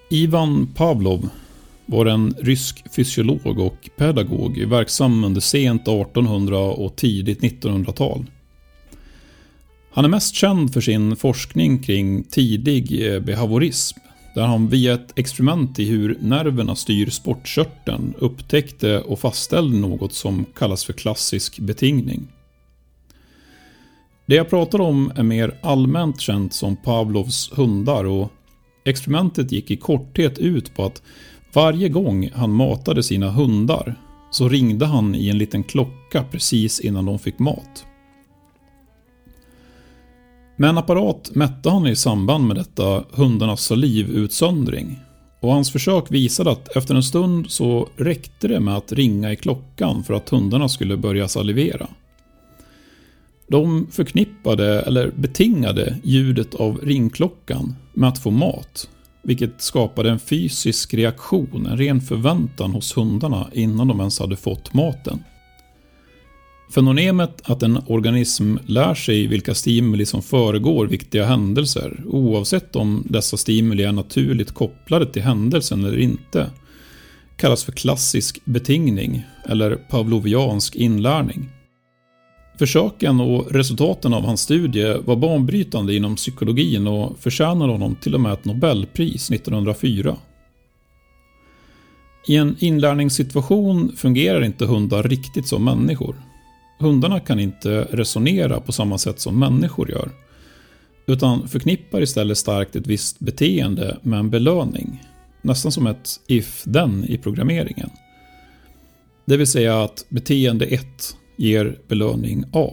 Ivan Pavlov var en rysk fysiolog och pedagog verksam under sent 1800- och tidigt 1900-tal. Han är mest känd för sin forskning kring tidig behaviorism, där han via ett experiment i hur nerverna styr sportkörteln upptäckte och fastställde något som kallas för klassisk betingning. Det jag pratar om är mer allmänt känt som Pavlovs hundar, och experimentet gick i korthet ut på att varje gång han matade sina hundar så ringde han i en liten klocka precis innan de fick mat. Med en apparat mätte han i samband med detta hundarnas salivutsöndring, och hans försök visade att efter en stund så räckte det med att ringa i klockan för att hundarna skulle börja salivera. De förknippade eller betingade ljudet av ringklockan med att få mat, vilket skapade en fysisk reaktion, en ren förväntan hos hundarna innan de ens hade fått maten. Fenomenet att en organism lär sig vilka stimuli som föregår viktiga händelser, oavsett om dessa stimuli är naturligt kopplade till händelsen eller inte, kallas för klassisk betingning eller pavloviansk inlärning. Försöken och resultaten av hans studie var banbrytande inom psykologin och förtjänade honom till och med ett Nobelpris 1904. I en inlärningssituation fungerar inte hundar riktigt som människor. Hundarna kan inte resonera på samma sätt som människor gör, utan förknippar istället starkt ett visst beteende med en belöning, nästan som ett if-then i programmeringen. Det vill säga att beteende 1 ger belöning A.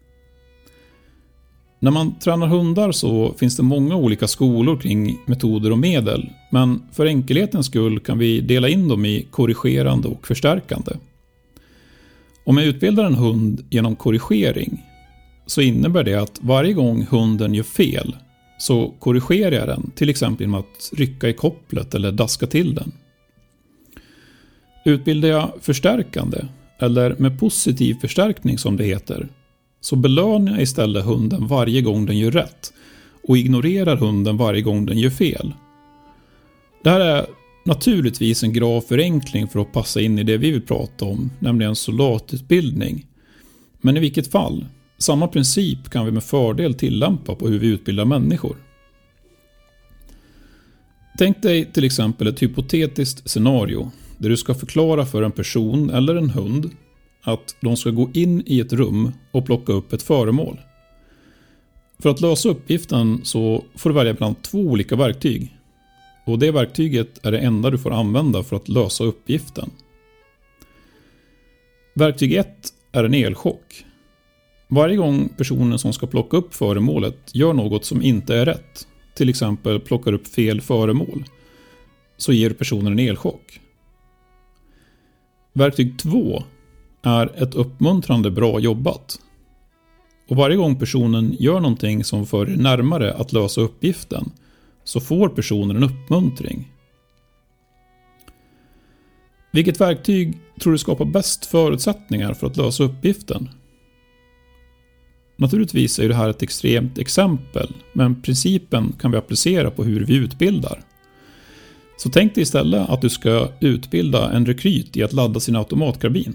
När man tränar hundar så finns det många olika skolor kring metoder och medel, men för enkelhetens skull kan vi dela in dem i korrigerande och förstärkande. Om jag utbildar en hund genom korrigering så innebär det att varje gång hunden gör fel så korrigerar jag den, till exempel genom att rycka i kopplet eller daska till den. Utbildar jag förstärkande, eller med positiv förstärkning som det heter, så belönar jag istället hunden varje gång den gör rätt och ignorerar hunden varje gång den gör fel. Det här är naturligtvis en grav förenkling för att passa in i det vi vill prata om, nämligen soldatutbildning. Men i vilket fall, samma princip kan vi med fördel tillämpa på hur vi utbildar människor. Tänk dig till exempel ett hypotetiskt scenario där du ska förklara för en person eller en hund att de ska gå in i ett rum och plocka upp ett föremål. För att lösa uppgiften så får du välja bland 2 olika verktyg. Och det verktyget är det enda du får använda för att lösa uppgiften. Verktyg 1 är en elchock. Varje gång personen som ska plocka upp föremålet gör något som inte är rätt, till exempel plockar upp fel föremål, så ger personen en elchock. Verktyg 2 är ett uppmuntrande bra jobbat. Och varje gång personen gör någonting som för närmare att lösa uppgiften så får personen en uppmuntring. Vilket verktyg tror du skapar bäst förutsättningar för att lösa uppgiften? Naturligtvis är det här ett extremt exempel, men principen kan vi applicera på hur vi utbildar. Så tänk dig istället att du ska utbilda en rekryt i att ladda sin automatkarbin.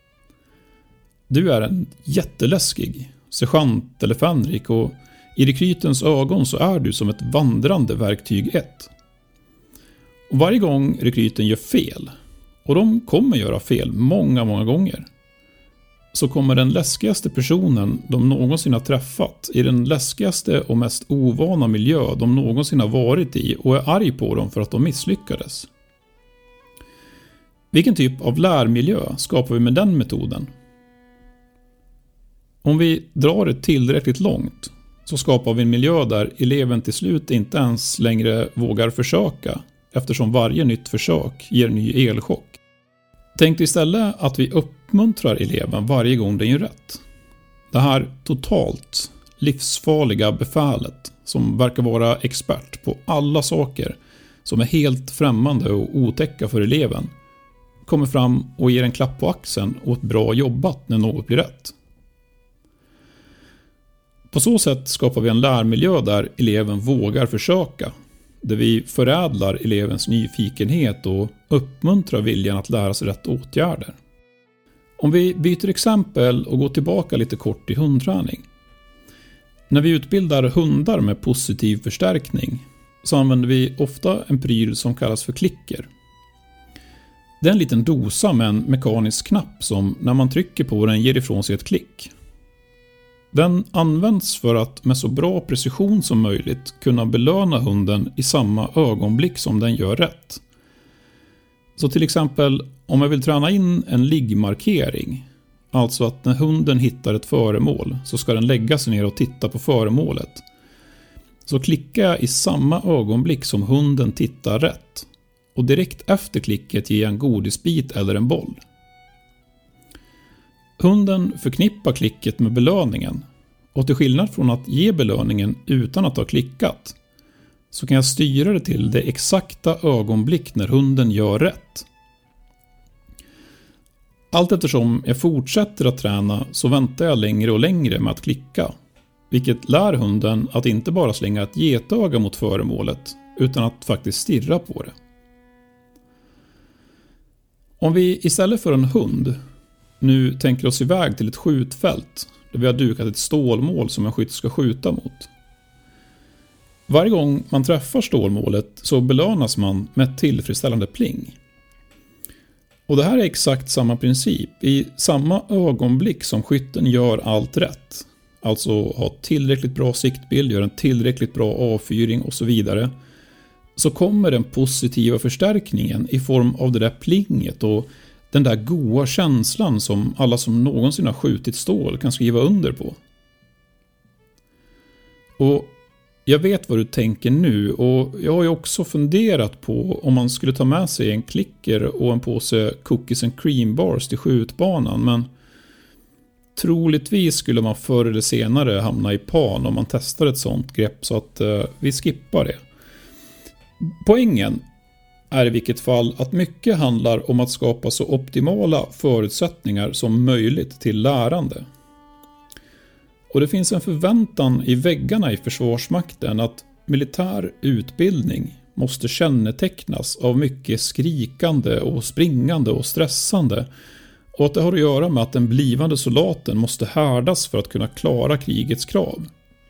Du är en jätteläskig sergeant eller fänrik, och i rekrytens ögon så är du som ett vandrande verktyg 1. Och varje gång rekryten gör fel, och de kommer göra fel många gånger, så kommer den läskigaste personen de någonsin har träffat i den läskigaste och mest ovana miljö de någonsin har varit i och är arg på dem för att de misslyckades. Vilken typ av lärmiljö skapar vi med den metoden? Om vi drar det tillräckligt långt så skapar vi en miljö där eleven till slut inte ens längre vågar försöka, eftersom varje nytt försök ger en ny elchock. Tänk istället att vi uppmuntrar eleven varje gång den gör rätt. Det här totalt livsfarliga befälet som verkar vara expert på alla saker som är helt främmande och otäcka för eleven kommer fram och ger en klapp på axeln och ett bra jobbat när något blir rätt. På så sätt skapar vi en lärmiljö där eleven vågar försöka, där vi förädlar elevens nyfikenhet och uppmuntrar viljan att lära sig rätt åtgärder. Om vi byter exempel och går tillbaka lite kort i hundträning. När vi utbildar hundar med positiv förstärkning så använder vi ofta en pryl som kallas för klicker. Det är en liten dosa med en mekanisk knapp som när man trycker på den ger ifrån sig ett klick. Den används för att med så bra precision som möjligt kunna belöna hunden i samma ögonblick som den gör rätt. Så till exempel om jag vill träna in en liggmarkering, alltså att när hunden hittar ett föremål så ska den lägga sig ner och titta på föremålet. Så klickar jag i samma ögonblick som hunden tittar rätt och direkt efter klicket ger jag en godisbit eller en boll. Hunden förknippar klicket med belöningen och till skillnad från att ge belöningen utan att ha klickat så kan jag styra det till det exakta ögonblick när hunden gör rätt. Allt eftersom jag fortsätter att träna så väntar jag längre och längre med att klicka, vilket lär hunden att inte bara slänga ett getöga mot föremålet utan att faktiskt stirra på det. Om vi istället för en hund nu tänker oss iväg till ett skjutfält där vi har dukat ett stålmål som en skytt ska skjuta mot. Varje gång man träffar stålmålet så belönas man med ett tillfredsställande pling. Och det här är exakt samma princip. I samma ögonblick som skytten gör allt rätt, alltså har tillräckligt bra siktbild, gör en tillräckligt bra avfyring och så vidare, så kommer den positiva förstärkningen i form av det där plinget och den där goda känslan som alla som någonsin har skjutit stål kan skriva under på. Och jag vet vad du tänker nu och jag har ju också funderat på om man skulle ta med sig en klicker och en påse cookies and cream bars till skjutbanan, men troligtvis skulle man förr eller senare hamna i pan om man testar ett sånt grepp, så att vi skippar det. Poängen är i vilket fall att mycket handlar om att skapa så optimala förutsättningar som möjligt till lärande. Och det finns en förväntan i väggarna i Försvarsmakten att militär utbildning måste kännetecknas av mycket skrikande och springande och stressande, och att det har att göra med att den blivande soldaten måste härdas för att kunna klara krigets krav.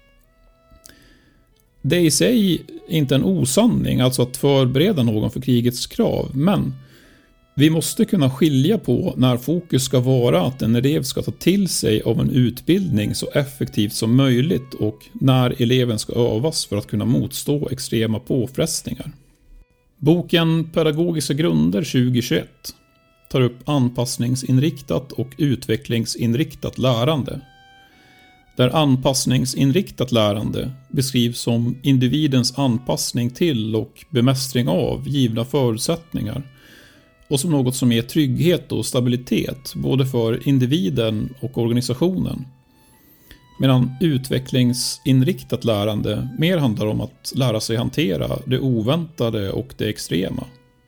Det är i sig inte en osanning, alltså att förbereda någon för krigets krav, men vi måste kunna skilja på när fokus ska vara att en elev ska ta till sig av en utbildning så effektivt som möjligt och när eleven ska övas för att kunna motstå extrema påfrestningar. Boken Pedagogiska grunder 2021 tar upp anpassningsinriktat och utvecklingsinriktat lärande. Där anpassningsinriktat lärande beskrivs som individens anpassning till och bemästring av givna förutsättningar och som något som ger trygghet och stabilitet både för individen och organisationen. Medan utvecklingsinriktat lärande mer handlar om att lära sig hantera det oväntade och det extrema.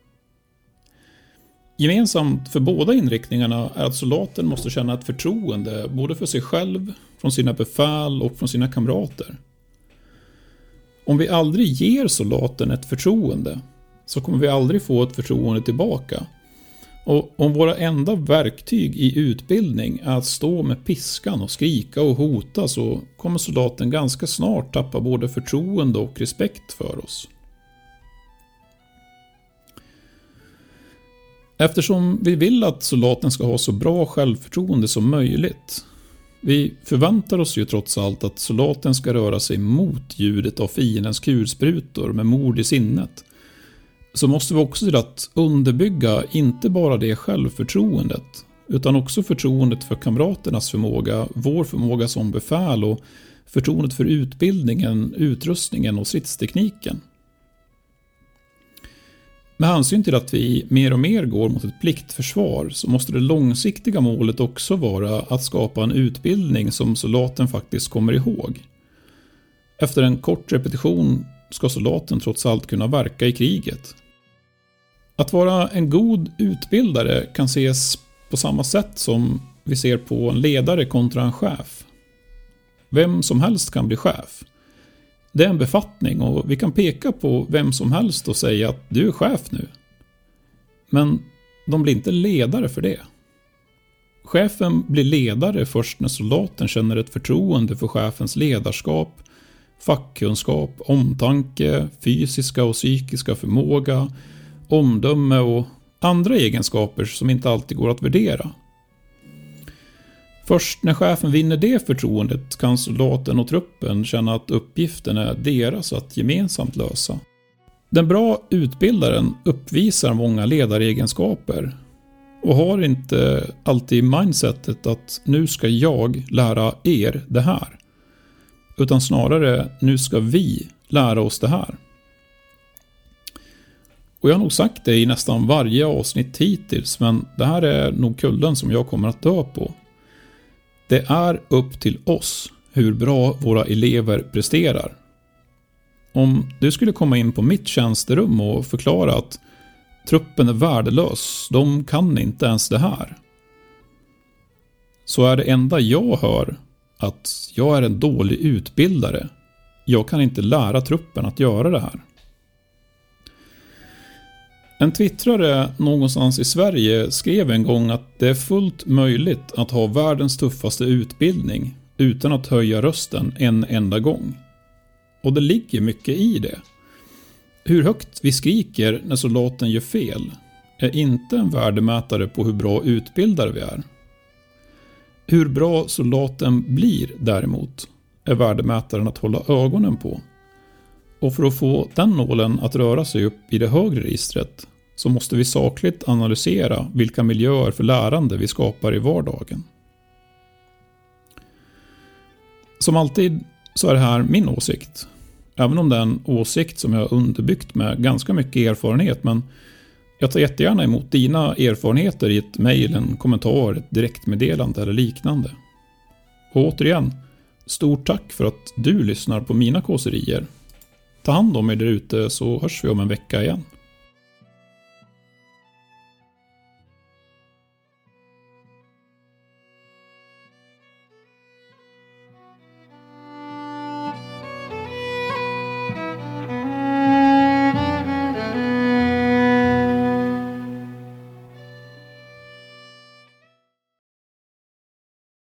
Gemensamt för båda inriktningarna är att soldaten måste känna ett förtroende både för sig själv, från sina befäl och från sina kamrater. Om vi aldrig ger soldaten ett förtroende så kommer vi aldrig få ett förtroende tillbaka. Och om våra enda verktyg i utbildning är att stå med piskan och skrika och hota, så kommer soldaten ganska snart tappa både förtroende och respekt för oss. Eftersom vi vill att soldaten ska ha så bra självförtroende som möjligt, vi förväntar oss ju trots allt att soldaten ska röra sig mot ljudet av fiendens kulsprutor med mord i sinnet, så måste vi också till att underbygga inte bara det självförtroendet utan också förtroendet för kamraternas förmåga, vår förmåga som befäl och förtroendet för utbildningen, utrustningen och stridstekniken. Med hänsyn till att vi mer och mer går mot ett pliktförsvar så måste det långsiktiga målet också vara att skapa en utbildning som soldaten faktiskt kommer ihåg. Efter en kort repetition ska soldaten trots allt kunna verka i kriget. Att vara en god utbildare kan ses på samma sätt som vi ser på en ledare kontra en chef. Vem som helst kan bli chef. Det är en befattning och vi kan peka på vem som helst och säga att du är chef nu. Men de blir inte ledare för det. Chefen blir ledare först när soldaten känner ett förtroende för chefens ledarskap, fackkunskap, omtanke, fysiska och psykiska förmåga, omdöme och andra egenskaper som inte alltid går att värdera. Först när chefen vinner det förtroendet kan soldaten och truppen känna att uppgiften är deras att gemensamt lösa. Den bra utbildaren uppvisar många ledaregenskaper och har inte alltid mindsetet att nu ska jag lära er det här. Utan snarare nu ska vi lära oss det här. Och jag har nog sagt det i nästan varje avsnitt hittills, men det här är nog kullen som jag kommer att dö på. Det är upp till oss hur bra våra elever presterar. Om du skulle komma in på mitt tjänsterum och förklara att truppen är värdelös, de kan inte ens det här, så är det enda jag hör att jag är en dålig utbildare. Jag kan inte lära truppen att göra det här. En twittrare någonstans i Sverige skrev en gång att det är fullt möjligt att ha världens tuffaste utbildning utan att höja rösten en enda gång. Och det ligger mycket i det. Hur högt vi skriker när soldaten gör fel är inte en värdemätare på hur bra utbildare vi är. Hur bra soldaten blir däremot är värdemätaren att hålla ögonen på. Och för att få den nålen att röra sig upp i det högre registret så måste vi sakligt analysera vilka miljöer för lärande vi skapar i vardagen. Som alltid så är det här min åsikt. Även om det är en åsikt som jag har underbyggt med ganska mycket erfarenhet, men jag tar jättegärna emot dina erfarenheter i ett mejl, en kommentar, ett direktmeddelande eller liknande. Och återigen, stort tack för att du lyssnar på mina kåserier. Ta hand om er där ute så hörs vi om en vecka igen.